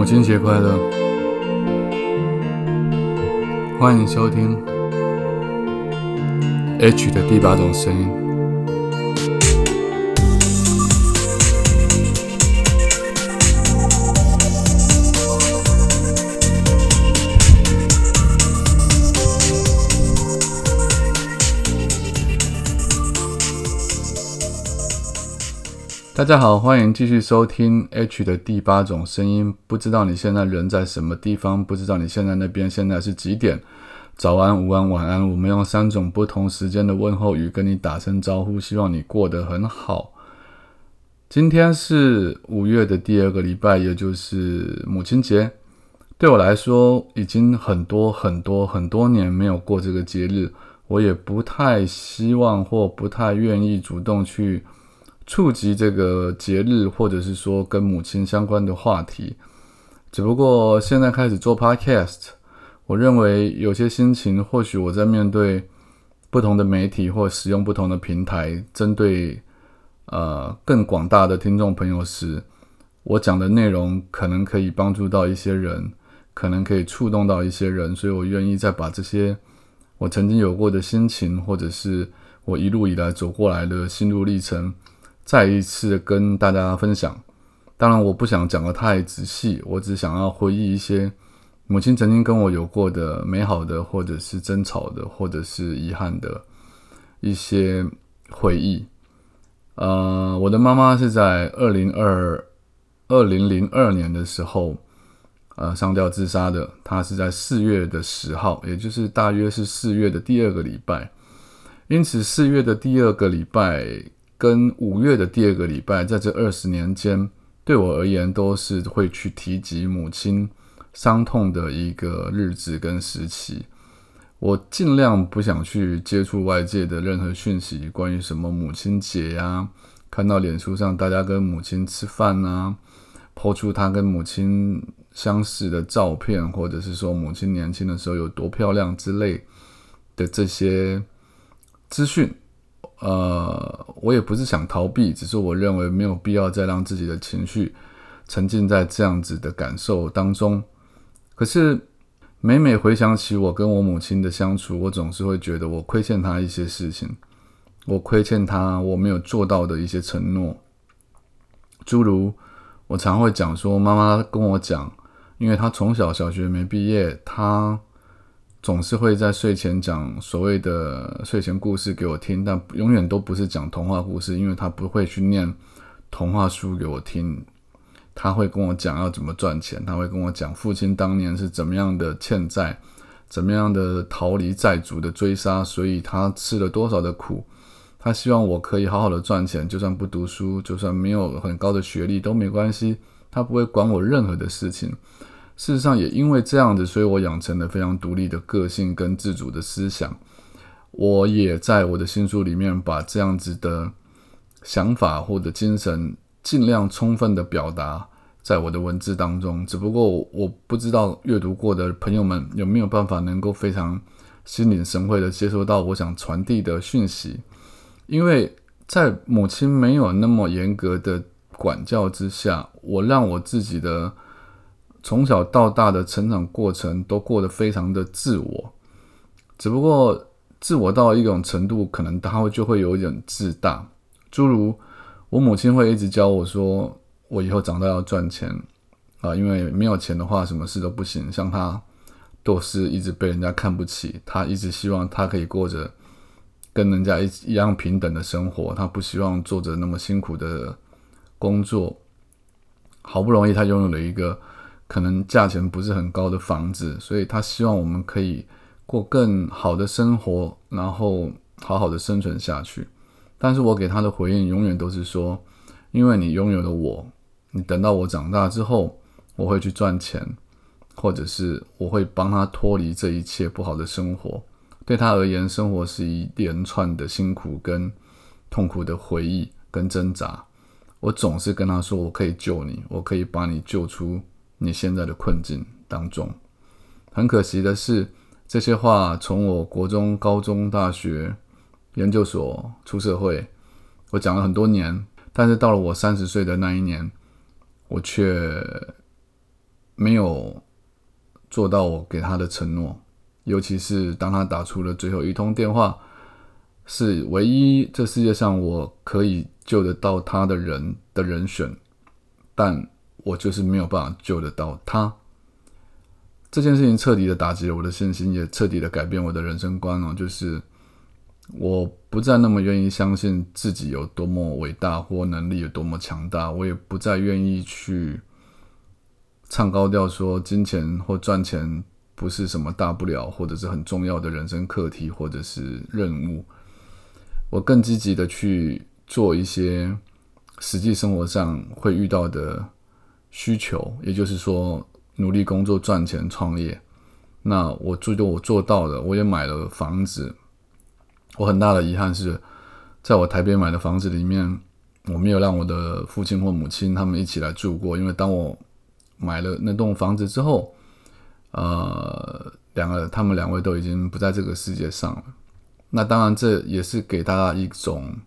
母亲节快乐！欢迎收听 H 的第8种声音。大家好，欢迎继续收听 H 的第8种声音。不知道你现在人在什么地方，不知道你现在那边现在是几点，早安、午安、晚安，我们用3种不同时间的问候语跟你打声招呼，希望你过得很好。今天是5月的第2个礼拜，也就是母亲节。对我来说，已经很多年没有过这个节日，我也不太希望或不太愿意主动去触及这个节日，或者是说跟母亲相关的话题。只不过现在开始做 podcast， 我认为有些心情，或许我在面对不同的媒体或使用不同的平台，针对更广大的听众朋友时，我讲的内容可能可以帮助到一些人，可能可以触动到一些人，所以我愿意再把这些我曾经有过的心情，或者是我一路以来走过来的心路历程，再一次跟大家分享。当然我不想讲得太仔细，我只想要回忆一些母亲曾经跟我有过的美好的，或者是争吵的，或者是遗憾的一些回忆。我的妈妈是在2002年的时候上吊自杀的。她是在4月的10号，也就是大约是4月的第2个礼拜。因此4月的第2个礼拜跟5月的第2个礼拜，在这20年间，对我而言都是会去提及母亲伤痛的一个日子跟时期。我尽量不想去接触外界的任何讯息，关于什么母亲节啊，看到脸书上大家跟母亲吃饭啊，po出她跟母亲相似的照片，或者是说母亲年轻的时候有多漂亮之类的这些资讯。我也不是想逃避，只是我认为没有必要再让自己的情绪沉浸在这样子的感受当中。可是每回想起我跟我母亲的相处，我总是会觉得我亏欠她一些事情，我亏欠她我没有做到的一些承诺。诸如我常会讲说，妈妈跟我讲，因为她从小学没毕业，她总是会在睡前讲所谓的睡前故事给我听，但永远都不是讲童话故事，因为她不会去念童话书给我听。她会跟我讲要怎么赚钱，她会跟我讲父亲当年是怎么样的欠债，怎么样的逃离债主的追杀，所以他吃了多少的苦。他希望我可以好好的赚钱，就算不读书，就算没有很高的学历都没关系，他不会管我任何的事情。事实上也因为这样子，所以我养成了非常独立的个性跟自主的思想。我也在我的新书里面把这样子的想法或者精神尽量充分的表达在我的文字当中。只不过我不知道阅读过的朋友们有没有办法能够非常心领神会的接收到我想传递的讯息。因为在母亲没有那么严格的管教之下，我让我自己的从小到大的成长过程都过得非常的自我。只不过自我到一种程度，可能他就会有一点自大。诸如我母亲会一直教我说，我以后长大要赚钱因为没有钱的话什么事都不行。像他都是一直被人家看不起，他一直希望他可以过着跟人家一样平等的生活，他不希望做着那么辛苦的工作。好不容易他拥有了一个可能价钱不是很高的房子，所以他希望我们可以过更好的生活，然后好好的生存下去。但是我给他的回应永远都是说，因为你拥有了我，你等到我长大之后，我会去赚钱，或者是我会帮他脱离这一切不好的生活。对他而言，生活是一连串的辛苦跟痛苦的回忆跟挣扎。我总是跟他说，我可以救你，我可以把你救出你现在的困境当中。很可惜的是，这些话从我国中、高中、大学、研究所、出社会，我讲了很多年，但是到了我30岁的那一年，我却没有做到我给他的承诺，尤其是当他打出了最后一通电话，是唯一这世界上我可以救得到他的人选，但我就是没有办法救得到他。这件事情彻底的打击了我的信心，也彻底的改变我的人生观就是我不再那么愿意相信自己有多么伟大或能力有多么强大，我也不再愿意去唱高调说金钱或赚钱不是什么大不了，或者是很重要的人生课题或者是任务。我更积极的去做一些实际生活上会遇到的需求，也就是说努力工作赚钱创业。那我做到了，我也买了房子。我很大的遗憾是在我台北买的房子里面，我没有让我的父亲或母亲他们一起来住过，因为当我买了那栋房子之后，他们两位都已经不在这个世界上了。那当然这也是给大家一种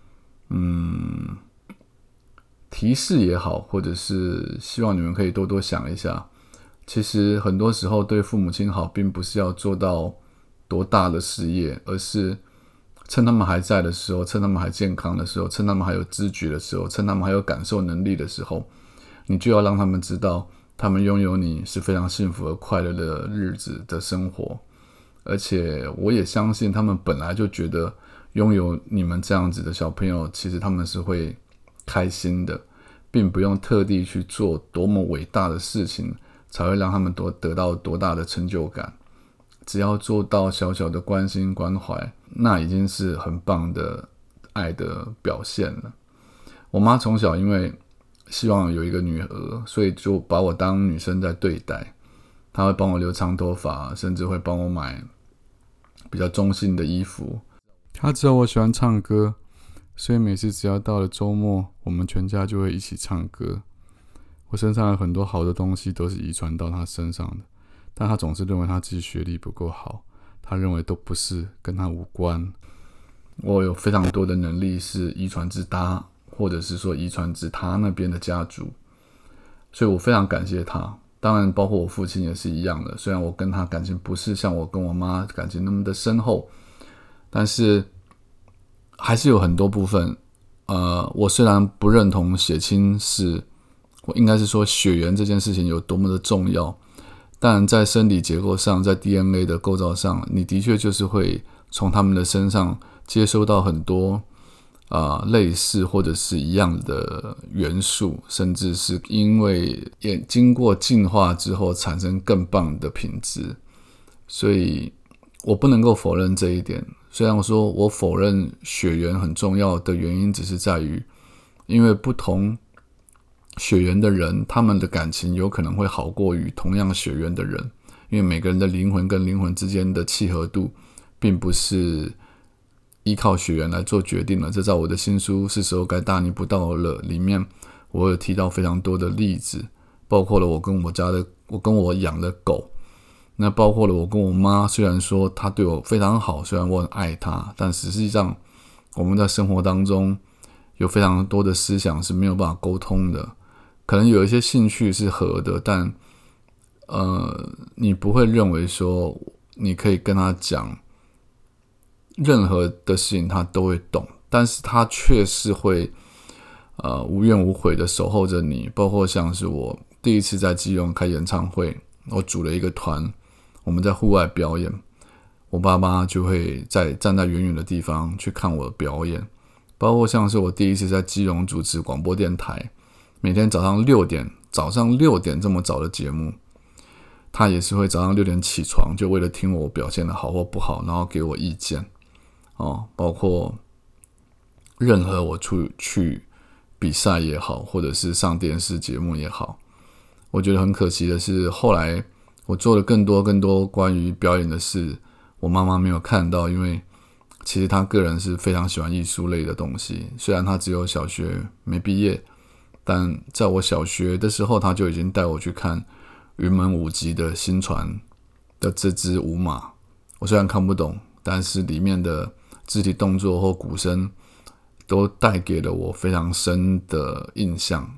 提示也好，或者是希望你们可以多多想一下，其实很多时候对父母亲好并不是要做到多大的事业，而是趁他们还在的时候，趁他们还健康的时候，趁他们还有知觉的时候，趁他们还有感受能力的时候，你就要让他们知道他们拥有你是非常幸福而快乐的日子的生活。而且我也相信他们本来就觉得拥有你们这样子的小朋友，其实他们是会开心的，并不用特地去做多么伟大的事情才会让他们得到多大的成就感。只要做到小小的关心关怀，那已经是很棒的爱的表现了。我妈从小因为希望有一个女儿，所以就把我当女生在对待。她会帮我留长头发，甚至会帮我买比较中性的衣服。她知道我喜欢唱歌，所以每次只要到了周末，我们全家就会一起唱歌。我身上有很多好的东西都是遗传到她身上的，但她总是认为她自己学历不够好，她认为都不是，跟她无关。我有非常多的能力是遗传自她，或者是说遗传自她那边的家族，所以我非常感谢她。当然包括我父亲也是一样的，虽然我跟他感情不是像我跟我妈感情那么的深厚，但是还是有很多部分我虽然不认同血亲是，我应该是说血缘这件事情有多么的重要，但在生理结构上，在 DNA 的构造上，你的确就是会从他们的身上接收到很多类似或者是一样的元素，甚至是因为也经过进化之后产生更棒的品质。所以我不能够否认这一点。虽然说我否认血缘很重要的原因只是在于，因为不同血缘的人，他们的感情有可能会好过于同样血缘的人，因为每个人的灵魂跟灵魂之间的契合度并不是依靠血缘来做决定了。这在我的新书是时候该大逆不道了里面，我有提到非常多的例子，包括了我跟我养的狗，那包括了我跟我妈，虽然说她对我非常好，虽然我很爱她，但实际上我们在生活当中有非常多的思想是没有办法沟通的，可能有一些兴趣是合的，但你不会认为说你可以跟她讲任何的事情他都会懂，但是他确实会无怨无悔的守候着你。包括像是我第一次在基隆开演唱会，我组了一个团，我们在户外表演，我爸妈就会站在远远的地方去看我的表演。包括像是我第一次在基隆主持广播电台，每天早上6点这么早的节目，他也是会早上6点起床，就为了听我表现的好或不好，然后给我意见。包括任何我去比赛也好，或者是上电视节目也好，我觉得很可惜的是，后来我做了更多关于表演的事，我妈妈没有看到，因为其实她个人是非常喜欢艺术类的东西，虽然她只有小学没毕业，但在我小学的时候，她就已经带我去看云门舞集的新传的这支舞马。我虽然看不懂，但是里面的肢体动作或鼓声都带给了我非常深的印象，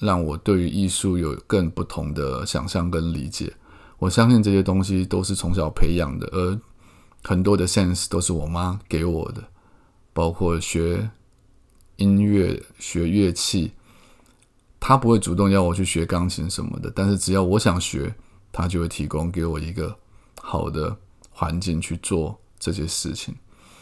让我对于艺术有更不同的想象跟理解。我相信这些东西都是从小培养的，而很多的 sense 都是我妈给我的，包括学音乐、学乐器，她不会主动要我去学钢琴什么的，但是只要我想学，她就会提供给我一个好的环境去做这些事情。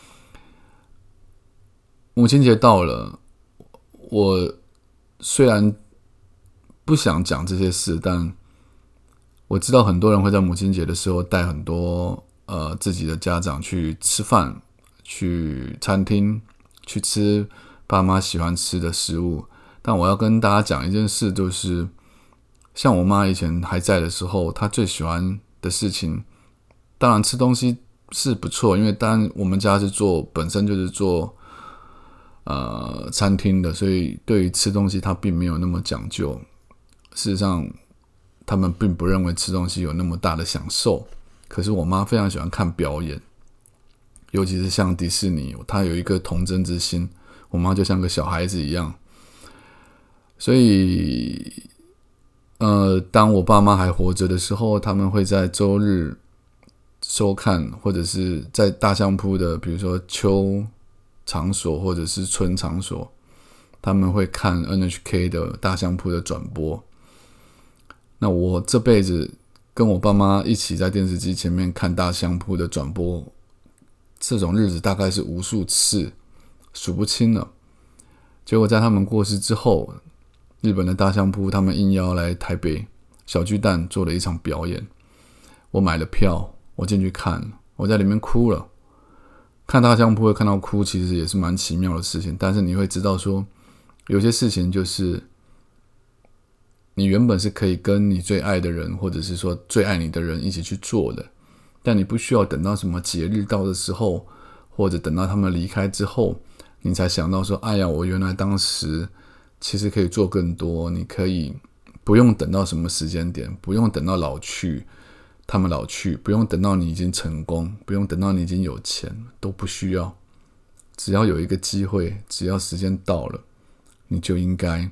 母亲节到了，我虽然不想讲这些事，但我知道很多人会在母亲节的时候带很多自己的家长去吃饭，去餐厅，去吃爸妈喜欢吃的食物。但我要跟大家讲一件事，就是像我妈以前还在的时候，她最喜欢的事情，当然吃东西是不错，因为当然我们家是本身就是做餐厅的，所以对于吃东西他并没有那么讲究。事实上他们并不认为吃东西有那么大的享受，可是我妈非常喜欢看表演，尤其是像迪士尼，她有一个童真之心，我妈就像个小孩子一样。所以当我爸妈还活着的时候，他们会在周日收看，或者是在大相扑的比如说秋场所或者是春场所，他们会看 NHK 的大相扑的转播。那我这辈子跟我爸妈一起在电视机前面看大相扑的转播，这种日子大概是无数次，数不清了。结果在他们过世之后，日本的大相扑他们应邀来台北小巨蛋做了一场表演，我买了票，我进去看，我在里面哭了。看大相扑会看到哭，其实也是蛮奇妙的事情，但是你会知道说，有些事情就是你原本是可以跟你最爱的人，或者是说最爱你的人一起去做的，但你不需要等到什么节日到的时候，或者等到他们离开之后，你才想到说，哎呀，我原来当时其实可以做更多。你可以不用等到什么时间点，不用等到他们老去，不用等到你已经成功，不用等到你已经有钱，都不需要。只要有一个机会，只要时间到了，你就应该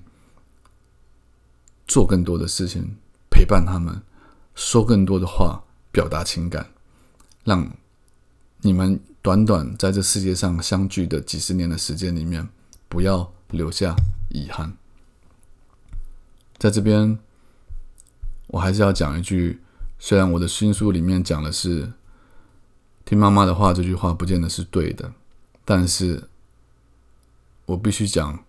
做更多的事情，陪伴他们，说更多的话，表达情感，让你们短短在这世界上相聚的几十年的时间里面，不要留下遗憾。在这边我还是要讲一句，虽然我的新书里面讲的是听妈妈的话，这句话不见得是对的，但是我必须讲，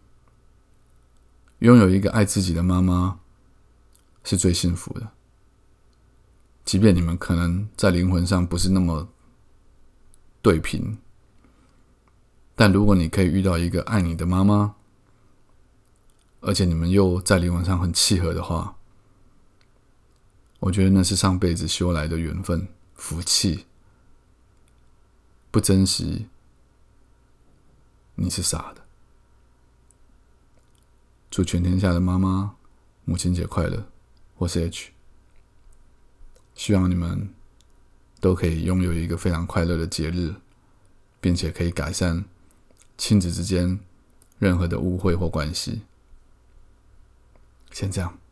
拥有一个爱自己的妈妈是最幸福的。即便你们可能在灵魂上不是那么对平，但如果你可以遇到一个爱你的妈妈，而且你们又在灵魂上很契合的话，我觉得那是上辈子修来的缘分、福气。不珍惜，你是傻的。祝全天下的妈妈母亲节快乐，我是 H。希望你们都可以拥有一个非常快乐的节日，并且可以改善亲子之间任何的误会或关系。先这样。